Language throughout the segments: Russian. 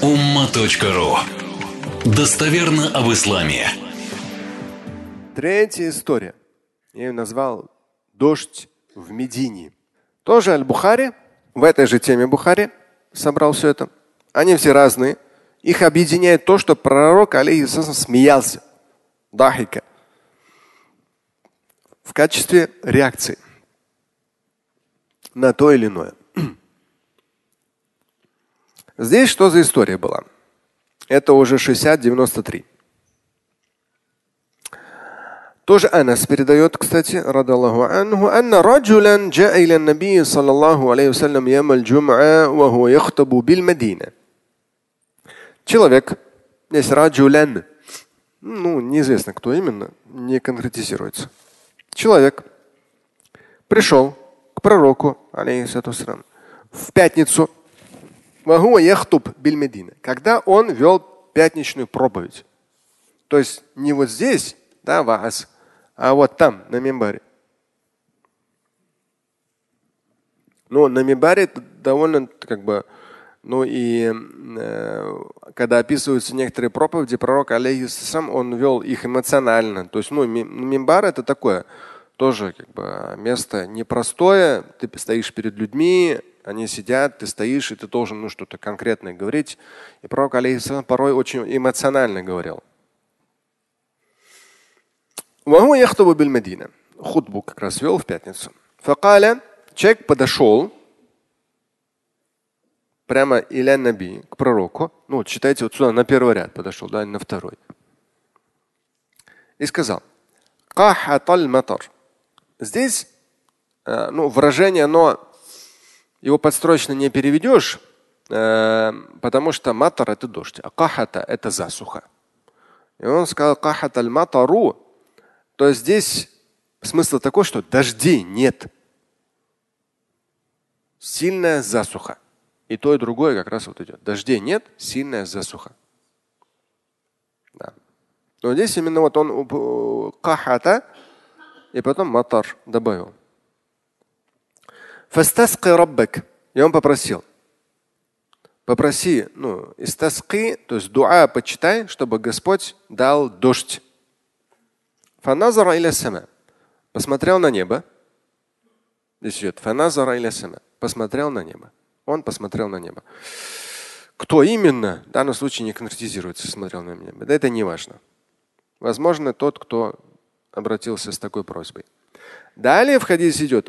umma.ru. Достоверно об исламе. Третья история. Я ее назвал «Дождь в Медине». Тоже Аль-Бухари, в этой же теме Бухари собрал все это. Они все разные. Их объединяет то, что пророк алейхиссалям смеялся. Дахика. В качестве реакции на то или иное. Здесь что за история была? Это уже 60-93. Тоже Анас передает, кстати, радаллаху анху, анна раджулян джаа иля набии саллаллаху алейхи вассалям ям аль-джум'a ва хуа яхтабу бил Мадина. Человек, здесь раджулян, неизвестно, кто именно, не конкретизируется. Человек пришел к пророку, алейхиссалату вассалям, в пятницу, когда он вел пятничную проповедь. То есть не вот здесь, да, ваас, а вот там, на мимбаре. Но на мимбаре довольно когда описываются некоторые проповеди, пророк алейхиссалам, он вел их эмоционально. То есть, мимбар это такое тоже место непростое. Ты стоишь перед людьми, они сидят, ты стоишь, и ты должен что-то конкретное говорить. И пророк алейхиссалам порой очень эмоционально говорил. Хутбу как раз вел в пятницу. Человек подошел прямо иля наби, к пророку. Считайте, вот сюда на первый ряд подошел, да, на второй. И сказал: здесь выражение, но его подстрочно не переведешь, потому что матар это дождь, а кахата это засуха. И он сказал кахат аль-матару, то есть здесь смысл такой, что дождей нет. Сильная засуха. И то, и другое как раз вот идет. Дождей нет, сильная засуха. Да. Но здесь именно вот он кахата и потом матар добавил. И он попросил. Попроси, истаски, то есть дуа почитай, чтобы Господь дал дождь. Фаназара иля сама. Посмотрел на небо. Здесь идет. Фаназара иля сама. Посмотрел на небо. Он посмотрел на небо. Кто именно, в данном случае не конкретизируется, смотрел на небо. Да это не важно. Возможно, тот, кто обратился с такой просьбой. Далее в хадисе идет.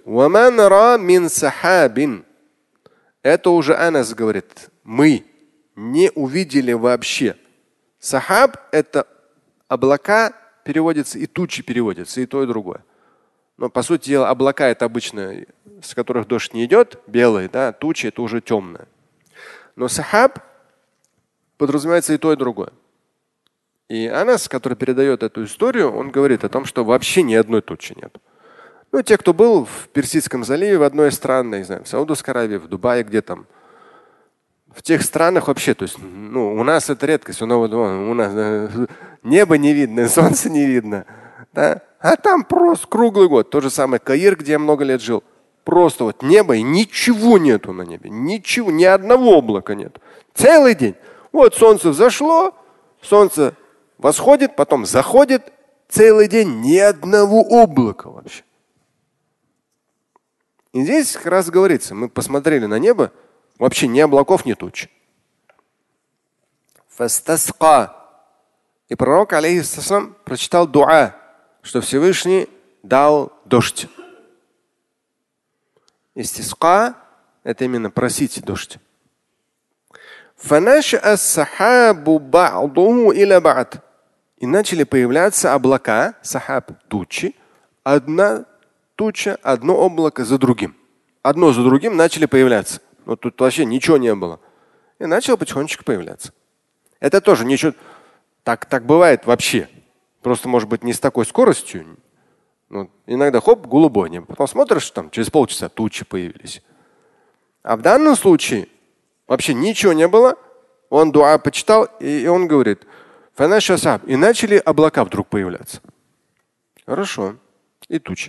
Это уже Анас говорит. Мы не увидели вообще. Сахаб это облака переводится и тучи переводятся, и то, и другое. Но по сути дела облака это обычно, с которых дождь не идет, белые, да, тучи это уже темное. Но сахаб подразумевается и то, и другое. И Анас, который передает эту историю, он говорит о том, что вообще ни одной тучи нет. Те, кто был в Персидском заливе, в одной из стран, не знаю, в Саудовской Аравии, в Дубае, где там, в тех странах вообще, то есть, у нас это редкость, у нас небо не видно, солнце не видно, да? А там просто круглый год. То же самое Каир, где я много лет жил. Просто вот небо и ничего нету на небе, ничего, ни одного облака нет. Целый день. Вот солнце взошло, солнце восходит, потом заходит, целый день ни одного облака вообще. И здесь как раз говорится, мы посмотрели на небо, вообще ни облаков, ни туч. И пророк, алейхиссалам, прочитал дуа, что Всевышний дал дождь. Истиска – это именно просить дождь. И начали появляться облака, сахаб, тучи, одна туча, одно облако за другим. Одно за другим начали появляться. Но тут вообще ничего не было. И начало потихонечку появляться. Это тоже ничего. Так бывает вообще. Просто может быть не с такой скоростью. Иногда хоп, голубое небо. Потом смотришь, там через полчаса тучи появились. А в данном случае вообще ничего не было. Он дуа почитал, и он говорит. И начали облака вдруг появляться. Хорошо. И тучи.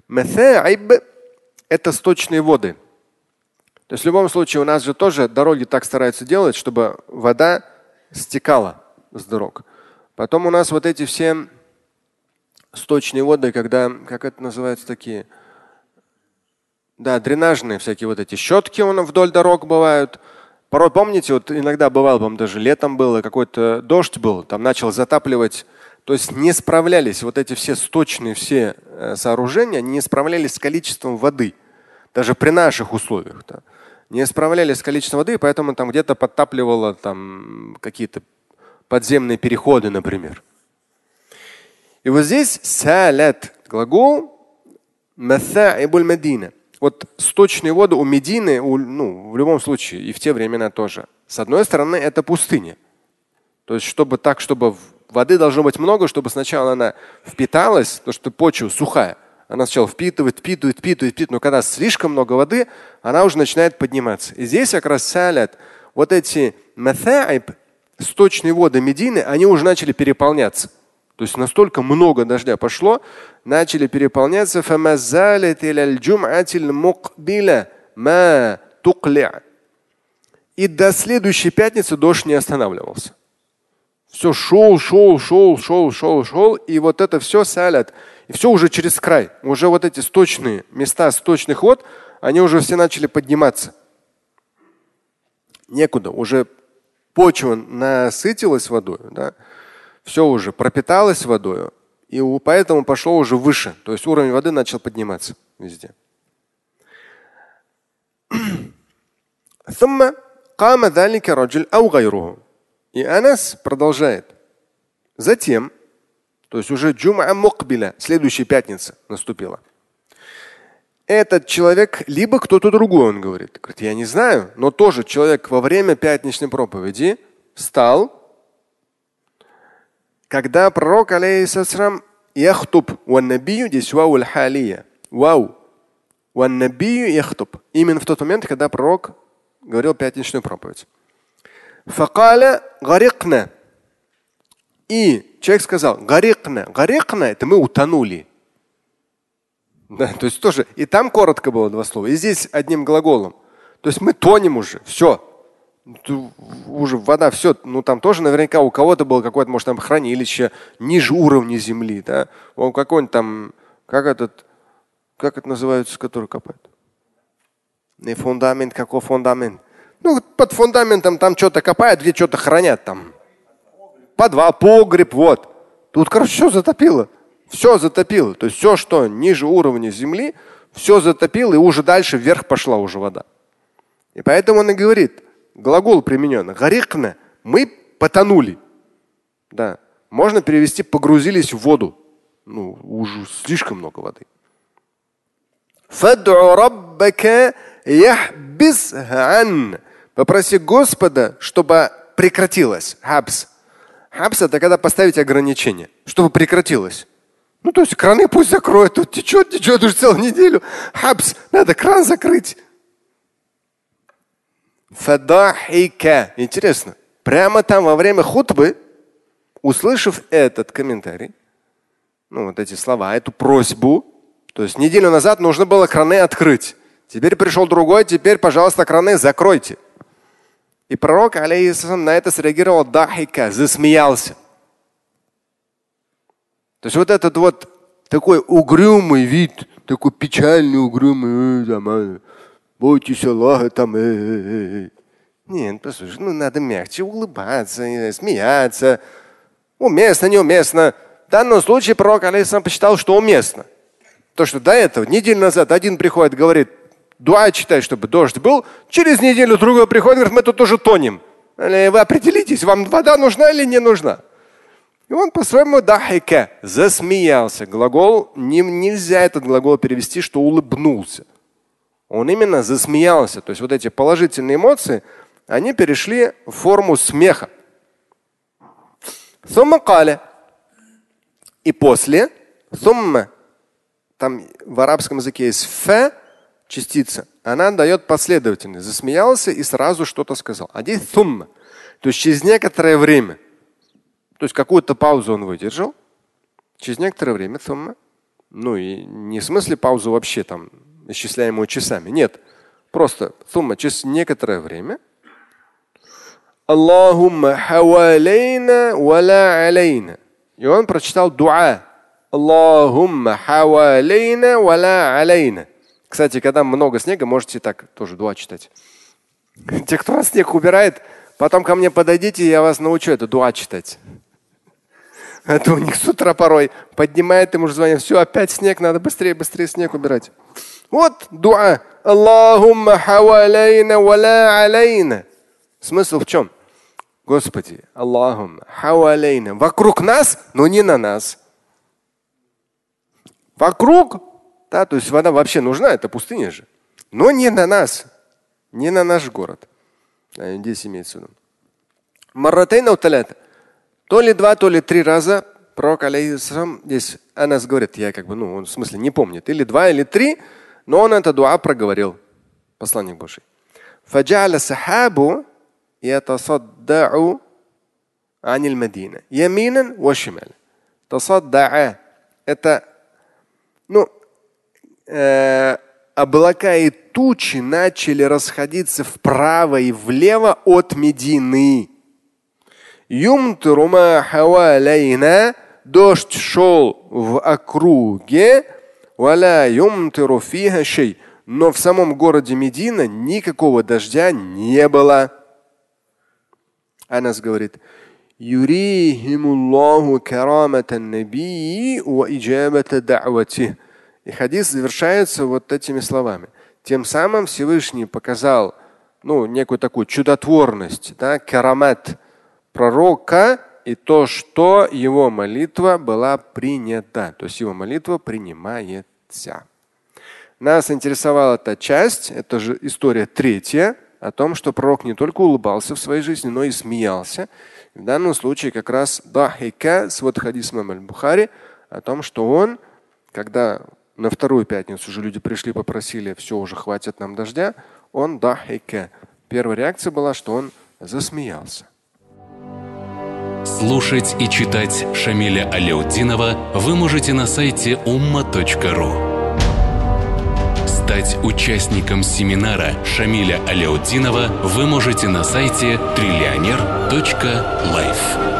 Маtha'иб – это сточные воды. То есть в любом случае у нас же тоже дороги так стараются делать, чтобы вода стекала с дорог. Потом у нас вот эти все сточные воды, когда, как это называется, такие, да, дренажные всякие вот эти щетки вдоль дорог бывают. Порой, помните, вот иногда бывало, по-моему, даже летом было, какой-то дождь был, там начал затапливать. То есть не справлялись вот эти все сточные все сооружения, не справлялись с количеством воды. Даже при наших условиях. Да. Не справлялись с количеством воды, поэтому там где-то подтапливало там какие-то подземные переходы, например. И вот здесь салят глагол маtha'ибуль Медина. Вот сточные воды у Медины, в любом случае, и в те времена тоже. С одной стороны, это пустыня. То есть, чтобы воды должно быть много, чтобы сначала она впиталась, потому что почва сухая. Она сначала впитывает. Но когда слишком много воды, она уже начинает подниматься. И здесь как раз салят. Вот эти маtha'иб, сточные воды Медины, они уже начали переполняться. То есть настолько много дождя пошло, начали переполняться. И до следующей пятницы дождь не останавливался. Все шел. И вот это все салят. И все уже через край. Уже вот эти сточные места сточных вод, они уже все начали подниматься. Некуда. Уже почва насытилась водой. Да? Все уже пропиталось водой, и поэтому пошло уже выше. То есть уровень воды начал подниматься везде. И Анас продолжает. Затем, то есть уже джум'a мукбиля, следующая пятница наступила. Этот человек, либо кто-то другой, он говорит, я не знаю, но тоже человек во время пятничной проповеди встал, когда пророк, алейхиссалям, яхтуб, ван-набию, здесь вау аль-халия. Вау. Ван-набию яхтуб. Именно в тот момент, когда пророк говорил пятничную проповедь. Факаля гарикна. И человек сказал, гарикна. Гарикна – это мы утонули. Да, то есть тоже, и там коротко было два слова, и здесь одним глаголом. То есть мы тонем уже, все. Уже вода, все, там тоже наверняка у кого-то было какое-то, может, там хранилище ниже уровня земли, да? Он какой-нибудь там, как это называется, который копает? Не фундамент, какой фундамент? Под фундаментом там что-то копают, где что-то хранят там. Подвал, погреб, вот. Тут, короче, все затопило. Все затопило. То есть все, что ниже уровня земли, все затопило, и уже дальше вверх пошла уже вода. И поэтому он и говорит, глагол применен. Гарикна. Мы потонули. Да. Можно перевести погрузились в воду. Уже слишком много воды. Попроси Господа, чтобы прекратилось. Хабс. Хабс – это когда поставить ограничение, чтобы прекратилось. То есть краны пусть закроют. Тут течет уже целую неделю. Хабс. Надо кран закрыть. Фадахика. Интересно. Прямо там во время хутбы, услышав этот комментарий, вот эти слова, эту просьбу, то есть неделю назад нужно было краны открыть. Теперь пришел другой, теперь, пожалуйста, краны закройте. И пророк, алейхиссалям, на это среагировал дахика, засмеялся. То есть вот этот вот такой угрюмый вид, такой печальный, угрюмый, бойтесь Аллаха там. Нет, послушай, надо мягче улыбаться, смеяться. Уместно, неуместно. В данном случае пророк, алейхиссалям, посчитал, что уместно. То, что до этого, неделю назад один приходит, говорит, дуа читай, чтобы дождь был. Через неделю другой приходит, говорит, мы тут уже тонем. Вы определитесь, вам вода нужна или не нужна. И он по-своему дахика, засмеялся. Глагол, нельзя этот глагол перевести, что улыбнулся. Он именно засмеялся. То есть вот эти положительные эмоции, они перешли в форму смеха. Сумма каля. И после, сумма, там в арабском языке есть фа, частица, она дает последовательность. Засмеялся и сразу что-то сказал. А здесь сумма. То есть через некоторое время, то есть какую-то паузу он выдержал, через некоторое время сумма, Ну и не в смысле паузу вообще там, исчисляемую часами. Нет. Просто сумма через некоторое время. Аллахумма хавалейна валя алейна. И он прочитал дуа. Аллахумма хавалейна валя алейна. Кстати, когда много снега, можете так тоже дуа читать. Те, кто вас снег убирает, потом ко мне подойдите, я вас научу это дуа читать. А то у них с утра порой поднимает, им уже звонят, все, опять снег, надо быстрее снег убирать. Вот дуа. Аллахумма хавалейна валя алейна. Смысл в чем? Господи, Аллахумма хавалейна. Вокруг нас, но не на нас. Вокруг, да, то есть вода вообще нужна, это пустыня же. Но не на нас, не на наш город. Здесь имеется в виду. Марратейна уталята. То ли 2, то ли 3 раза пророк алейхиссалам, здесь Анас говорит, я он в смысле не помнит, или 2, или 3, но он это дуа проговорил, посланник Божий. Фаджа'аля сахабу ятасаддау аниль Мадина. Яминан ва шималь. Тасадда'a. Это облака и тучи начали расходиться вправо и влево от Медины. Юмтрума хавалейна. Дождь шел в округе. Валя юмтиру фиха шей. Но в самом городе Медина никакого дождя не было. Анас говорит, юрихимуллаху караматан набии ва иджабата да'вати. И хадис завершается вот этими словами. Тем самым Всевышний показал некую такую чудотворность, да, карамат пророка и то, что его молитва была принята. То есть его молитва принимается. Нас интересовала эта часть, это же история 3, о том, что пророк не только улыбался в своей жизни, но и смеялся. В данном случае как раз дахика, свод хадис имама аль-Бухари, о том, что он, когда на вторую пятницу уже люди пришли, попросили, все, уже хватит нам дождя, он дахика. Первая реакция была, что он засмеялся. Слушать и читать Шамиля Аляутдинова вы можете на сайте umma.ru. Стать участником семинара Шамиля Аляутдинова вы можете на сайте trillioner.life.